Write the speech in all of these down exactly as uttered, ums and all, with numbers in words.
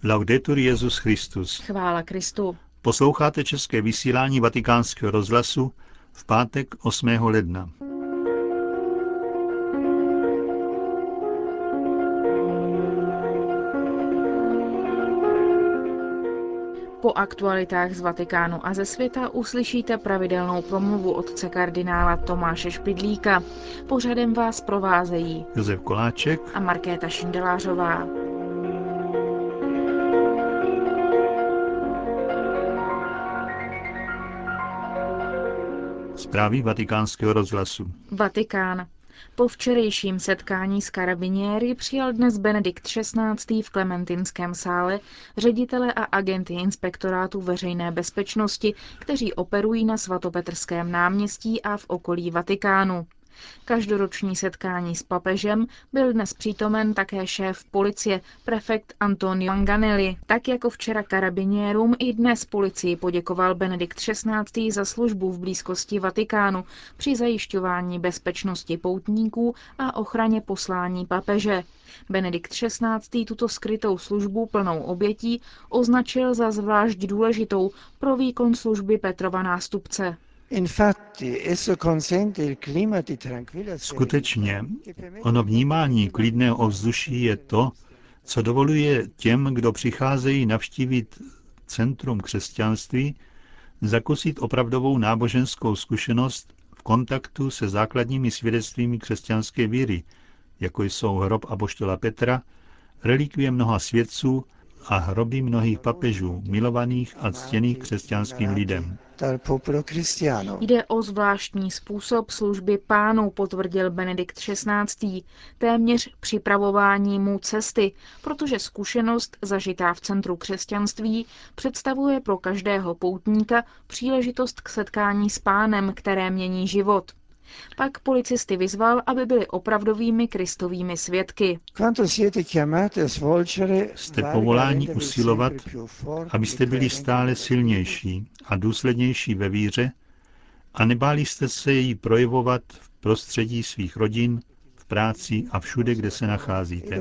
Laudetur Jesus Christus. Chvála Kristu. Posloucháte české vysílání Vatikánského rozhlasu v pátek osmého ledna. Po aktualitách z Vatikánu a ze světa uslyšíte pravidelnou promluvu otce kardinála Tomáše Špidlíka. Pořadem vás provázejí Josef Koláček a Markéta Šindelářová. Zprávy Vatikánského rozhlasu. Vatikán. Po včerejším setkání s karabiniéry přijal dnes Benedikt šestnáctý. V Klementinském sále ředitele a agenty inspektorátu veřejné bezpečnosti, kteří operují na svatopetrském náměstí a v okolí Vatikánu. Každoroční setkání s papežem byl dnes přítomen také šéf policie, prefekt Antonio Manganelli. Tak jako včera karabiniérům, i dnes policii poděkoval Benedikt šestnáctý. Za službu v blízkosti Vatikánu při zajišťování bezpečnosti poutníků a ochraně poslání papeže. Benedikt šestnáctý. tuto skrytou službu plnou obětí označil za zvlášť důležitou pro výkon služby Petrova nástupce. Skutečně, ono vnímání klidného ovzduší je to, co dovoluje těm, kdo přicházejí navštívit centrum křesťanství, zakusit opravdovou náboženskou zkušenost v kontaktu se základními svědectvími křesťanské víry, jako jsou hrob apoštola Petra, relikvie mnoha svědců a hroby mnohých papežů, milovaných a ctěných křesťanským lidem. Jde o zvláštní způsob služby Pánu, potvrdil Benedikt šestnáctý. Téměř připravování mu cesty, protože zkušenost zažitá v centru křesťanství představuje pro každého poutníka příležitost k setkání s Pánem, které mění život. Pak policisty vyzval, aby byli opravdovými kristovými svědky. Jste povoláni usilovat, abyste byli stále silnější a důslednější ve víře a nebáli jste se jí projevovat v prostředí svých rodin, v práci a všude, kde se nacházíte.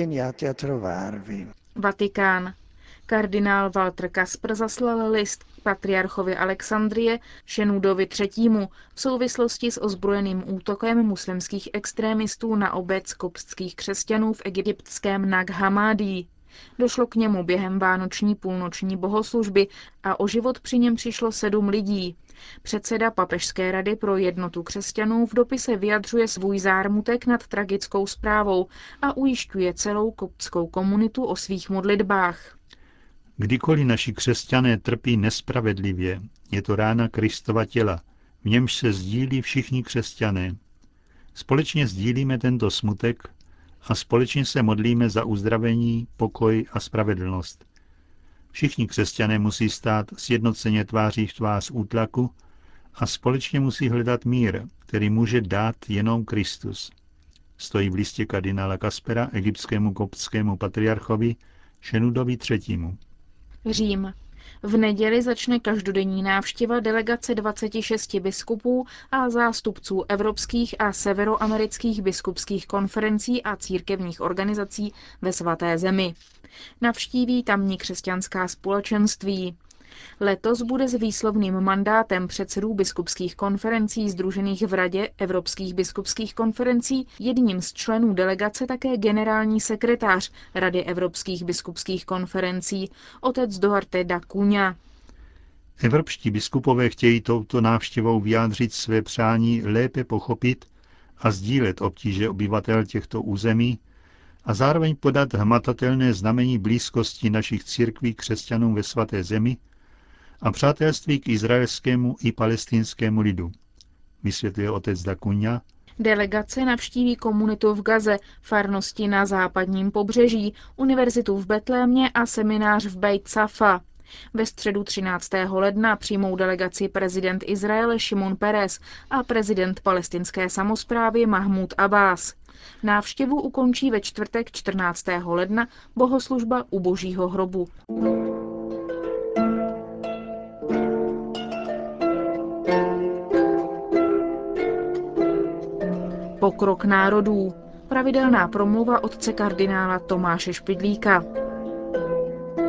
Vatikán. Kardinál Walter Kasper zaslal list patriarchovi Alexandrie Šenúdovi třetímu. v souvislosti s ozbrojeným útokem muslimských extrémistů na obec koptských křesťanů v egyptském Nag Hammadi. Došlo k němu během vánoční půlnoční bohoslužby a o život při něm přišlo sedm lidí. Předseda Papežské rady pro jednotu křesťanů v dopise vyjadřuje svůj zármutek nad tragickou zprávou a ujišťuje celou koptskou komunitu o svých modlitbách. Kdykoliv naši křesťané trpí nespravedlivě, je to rána Kristova těla, v němž se sdílí všichni křesťané. Společně sdílíme tento smutek a společně se modlíme za uzdravení, pokoj a spravedlnost. Všichni křesťané musí stát sjednoceně tváří v tvář útlaku a společně musí hledat mír, který může dát jenom Kristus. Stojí v listě kardinála Kaspera egyptskému koptskému patriarchovi Šenúdovi třetímu. Řím. V neděli začne každodenní návštěva delegace dvaceti šesti biskupů a zástupců evropských a severoamerických biskupských konferencí a církevních organizací ve Svaté zemi. Navštíví tamní křesťanská společenství. Letos bude s výslovným mandátem předsedů biskupských konferencí sdružených v Radě evropských biskupských konferencí jedním z členů delegace také generální sekretář Rady evropských biskupských konferencí, otec Duarte da Cunha. Evropští biskupové chtějí touto návštěvou vyjádřit své přání lépe pochopit a sdílet obtíže obyvatel těchto území a zároveň podat hmatatelné znamení blízkosti našich církví křesťanům ve Svaté zemi a přátelství k izraelskému i palestinskému lidu, vysvětluje otec da Cunha. Delegace navštíví komunitu v Gaze, farnosti na západním pobřeží, univerzitu v Betlémě a seminář v Bejt Safa. Ve středu třináctého ledna přijmou delegaci prezident Izraele Šimon Peres a prezident palestinské samosprávy Mahmud Abbás. Návštěvu ukončí ve čtvrtek čtrnáctého ledna bohoslužba u Božího hrobu. Pokrok národů. Pravidelná promluva otce kardinála Tomáše Špidlíka.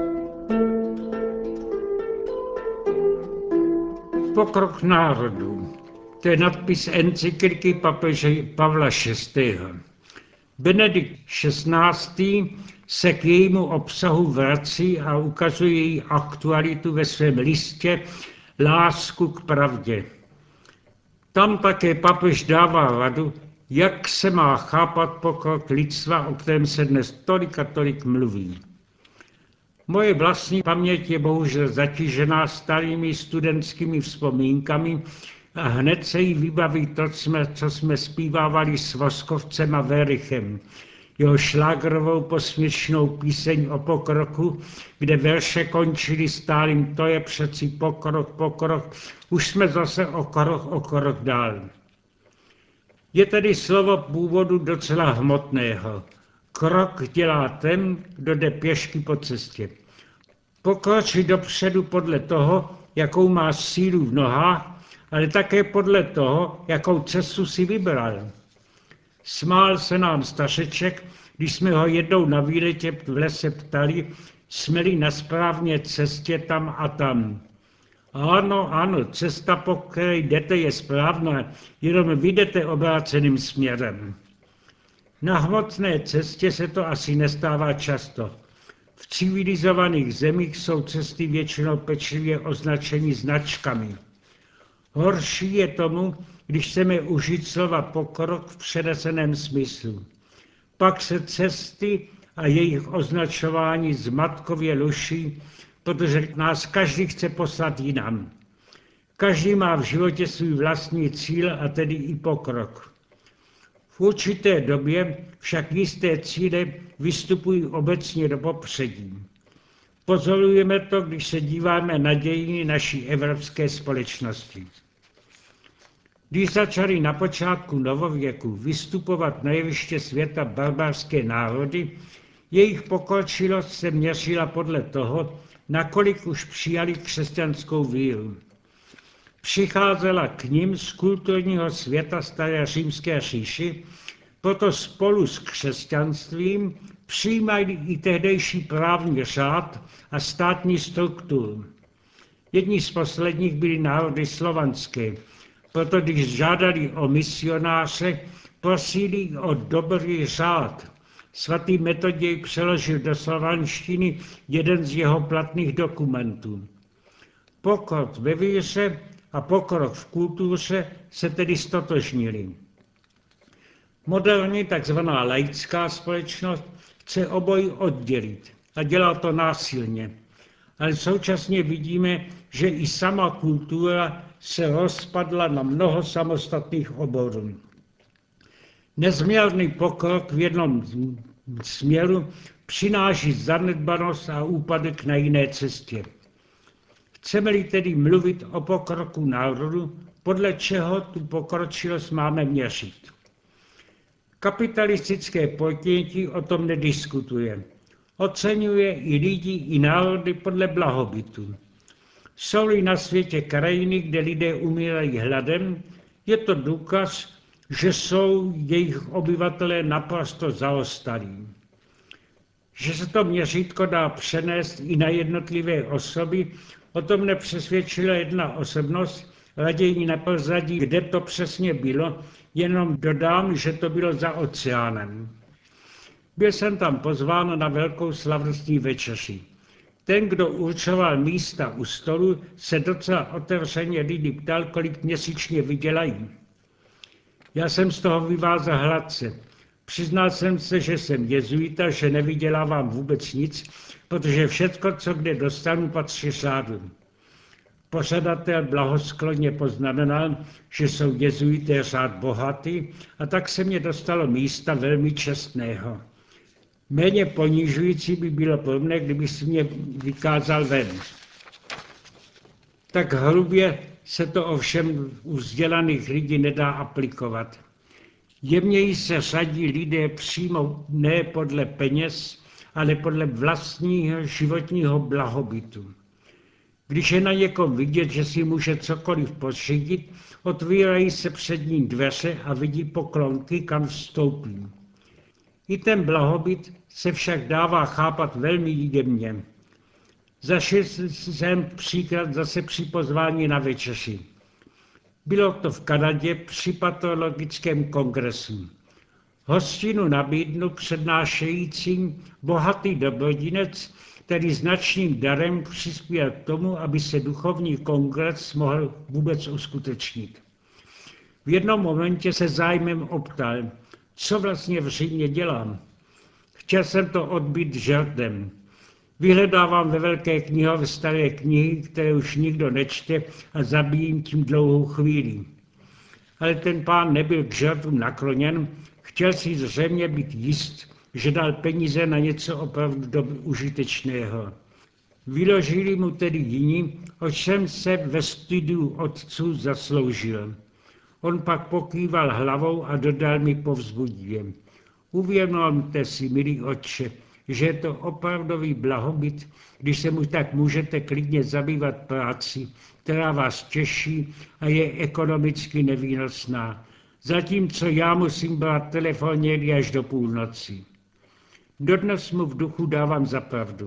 Pokrok národů. To je nadpis encykliky papeže Pavla šestého. Benedikt šestnáctý se k jejímu obsahu vrací a ukazuje její aktualitu ve svém listě Lásku k pravdě. Tam také papež dává radu, jak se má chápat pokrok lidstva, o kterém se dnes tolik a tolik mluví. Moje vlastní paměť je bohužel zatížená starými studentskými vzpomínkami a hned se jí vybaví to, co jsme zpívávali s Voskovcem a Verichem, jeho šlágrovou posměšnou píseň o pokroku, kde verše končily stálým to je přeci pokrok, pokrok, už jsme zase o krok, o krok dál. Je tedy slovo původu docela hmotného. Krok dělá ten, kdo jde pěšky po cestě. Pokročí dopředu podle toho, jakou má sílu v nohách, ale také podle toho, jakou cestu si vybral. Smál se nám stařeček, když jsme ho jednou na výletě v lese ptali, jsme-li na správné cestě tam a tam. Ano, ano, cesta, po které jdete, je správná, jenom vy jdete obráceným směrem. Na hmotné cestě se to asi nestává často. V civilizovaných zemích jsou cesty většinou pečlivě označeny značkami. Horší je tomu, když chceme užít slova pokrok v přeneseném smyslu. Pak se cesty a jejich označování zmatkově luší, protože nás každý chce poslat jinam. Každý má v životě svůj vlastní cíl a tedy i pokrok. V určité době však jisté cíle vystupují obecně do popředí. Pozorujeme to, když se díváme na dějiny naší evropské společnosti. Když začaly na počátku novověku vystupovat na jeviště světa barbarské národy, jejich pokročilost se měřila podle toho, nakolik už přijali křesťanskou víru. Přicházela k nim z kulturního světa staré římské říši, proto spolu s křesťanstvím přijímají i tehdejší právní řád a státní strukturu. Jedni z posledních byli národy slovanské, proto když žádali o misionáře, prosili o dobrý řád. Svatý Metoděj přeložil do slovanštiny jeden z jeho platných dokumentů. Pokrok ve víře a pokrok v kultuře se tedy stotožnili. Moderní tzv. Laická společnost chce obojí oddělit a dělá to násilně. Ale současně vidíme, že i sama kultura se rozpadla na mnoho samostatných oborů. Nezměrný pokrok v jednom směru přináší zanedbanost a úpadek na jiné cestě. Chceme-li tedy mluvit o pokroku národu, podle čeho tu pokročilost máme měřit? Kapitalistické pojetí o tom nediskutuje. Oceňuje i lidi, i národy podle blahobytu. Jsou-li na světě krajiny, kde lidé umírají hladem, je to důkaz, že jsou jejich obyvatelé naprosto zaostalí. Že se to měřítko dá přenést i na jednotlivé osoby, o tom nepřesvědčila jedna osobnost, raději neprozradí, kde to přesně bylo, jenom dodám, že to bylo za oceánem. Byl jsem tam pozván na velkou slavnostní večeři. Ten, kdo určoval místa u stolu, se docela otevřeně lidi ptal, kolik měsíčně vydělají. Já jsem z toho vyvázal hladce. Přiznal jsem se, že jsem jezuita, že nevydělávám vůbec nic, protože všecko, co kde dostanu, patří řádu. Pořadatel blahosklonně poznamenal, že jsou jezuité řád bohatý, a tak se mě dostalo místa velmi čestného. Méně ponižující by bylo pro mne, kdyby si mě vykázal ven. Tak hrubě se to ovšem u vzdělaných lidí nedá aplikovat. Jemněji se řadí lidé přímo ne podle peněz, ale podle vlastního životního blahobytu. Když je na někom vidět, že si může cokoliv pořídit, otvírají se před ním dveře a vidí poklonky, kam vstoupí. I ten blahobyt se však dává chápat velmi jemně. Zašel jsem příklad zase při pozvání na večeři. Bylo to v Kanadě při patologickém kongresu. Hostinu nabídnu přednášejícím bohatý dobrodinec, který značným darem přispěl k tomu, aby se duchovní kongres mohl vůbec uskutečnit. V jednom momentě se zájmem optal, co vlastně v Římě dělám. Chtěl jsem to odbít žertem. Vyhledávám ve velké knihovně staré knihy, které už nikdo nečte, a zabíjím tím dlouhou chvíli. Ale ten pán nebyl k žertům nakloněn, chtěl si zřejmě být jist, že dal peníze na něco opravdu užitečného. Vyložili mu tedy jiní, o čem se ve studiu otců zasloužil. On pak pokýval hlavou a dodal mi povzbudivě. Uvědomte si, milý otče, že je to opravdový blahobyt, když se mu tak můžete klidně zabývat práci, která vás těší a je ekonomicky nevýnosná, zatímco já musím brát telefoněry až do půlnoci. Dodnes mu v duchu dávám za pravdu.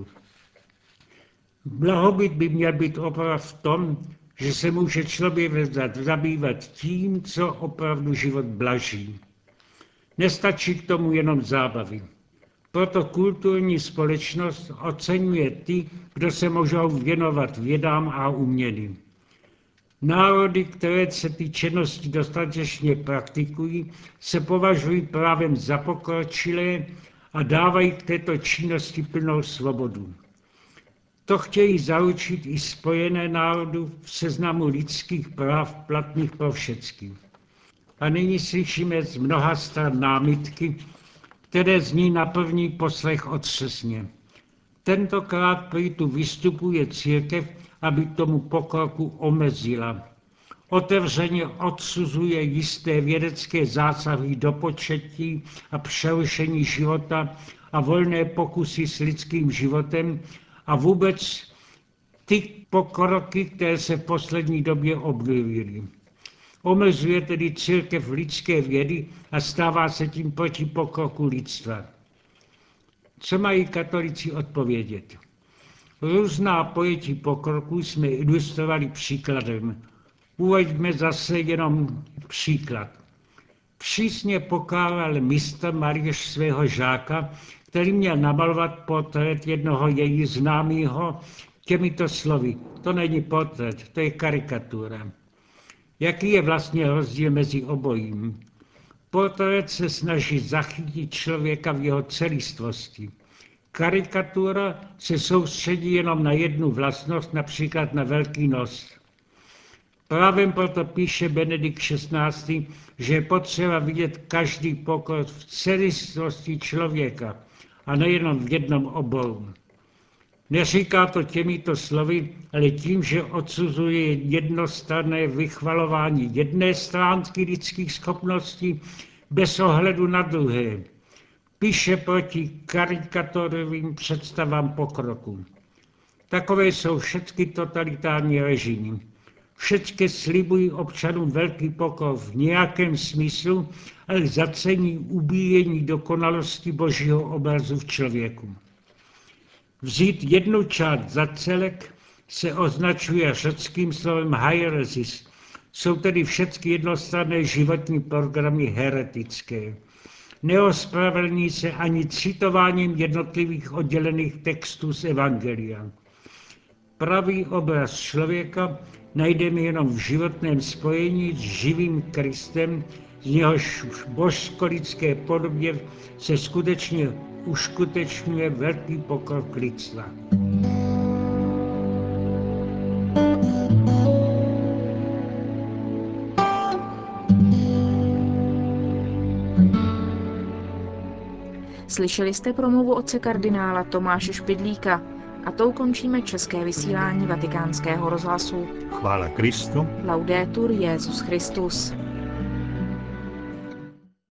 Blahobyt by měl být opravdu v tom, že se může člověk zabývat tím, co opravdu život blaží. Nestačí k tomu jenom zábavy. Proto kulturní společnost oceňuje ty, kdo se můžou věnovat vědám a umění. Národy, které se ty činnosti dostatečně praktikují, se považují právem za pokročilé a dávají k této činnosti plnou svobodu. To chtějí zaručit i Spojené národy v seznamu lidských práv platných pro všechny. A nyní slyšíme z mnoha stran námitky, které zní na první poslech otřesně. Tentokrát prý tu vystupuje církev, aby tomu pokroku omezila. Otevřeně odsuzuje jisté vědecké zásahy do početí a přerušení života a volné pokusy s lidským životem a vůbec ty pokroky, které se v poslední době objevily. Omezuje tedy církev lidské vědy a stává se tím proti pokroku lidstva. Co mají katolíci odpovědět? Různá pojetí pokroku jsme ilustrovali příkladem. Uveďme zase jenom příklad. Přísně pokárál mistr malíř svého žáka, který měl namalovat portrét jednoho její známého těmito slovy. To není portrét, to je karikatura. Jaký je vlastně rozdíl mezi obojím? Portrét se snaží zachytit člověka v jeho celistvosti. Karikatura se soustředí jenom na jednu vlastnost, například na velký nos. Právem proto píše Benedikt šestnáctý, že je potřeba vidět každý pokrok v celistvosti člověka a nejenom v jednom oboru. Neříká to těmito slovy, ale tím, že odsuzuje jednostranné vychvalování jedné stránky lidských schopností bez ohledu na druhé. Píše proti karikaturovým představám pokroku. Takové jsou všechny totalitární režimy. Všechny slibují občanům velký pokrok v nějakém smyslu, ale zacení ubíjení dokonalosti Božího obrazu v člověku. Vzít jednu část za celek se označuje řeckým slovem hairesis. Jsou tedy všechny jednostranné životní programy heretické. Neospravedlní se ani citováním jednotlivých oddělených textů z Evangelia. Pravý obraz člověka najdeme jenom v životném spojení s živým Kristem, z něhož v božsko-lidské podobě se skutečně uskutečňuje velký pokrok lidstva. Slyšeli jste promluvu otce kardinála Tomáše Špidlíka a tou končíme české vysílání Vatikánského rozhlasu. Chvála Kristu. Laudetur Jesus Christus.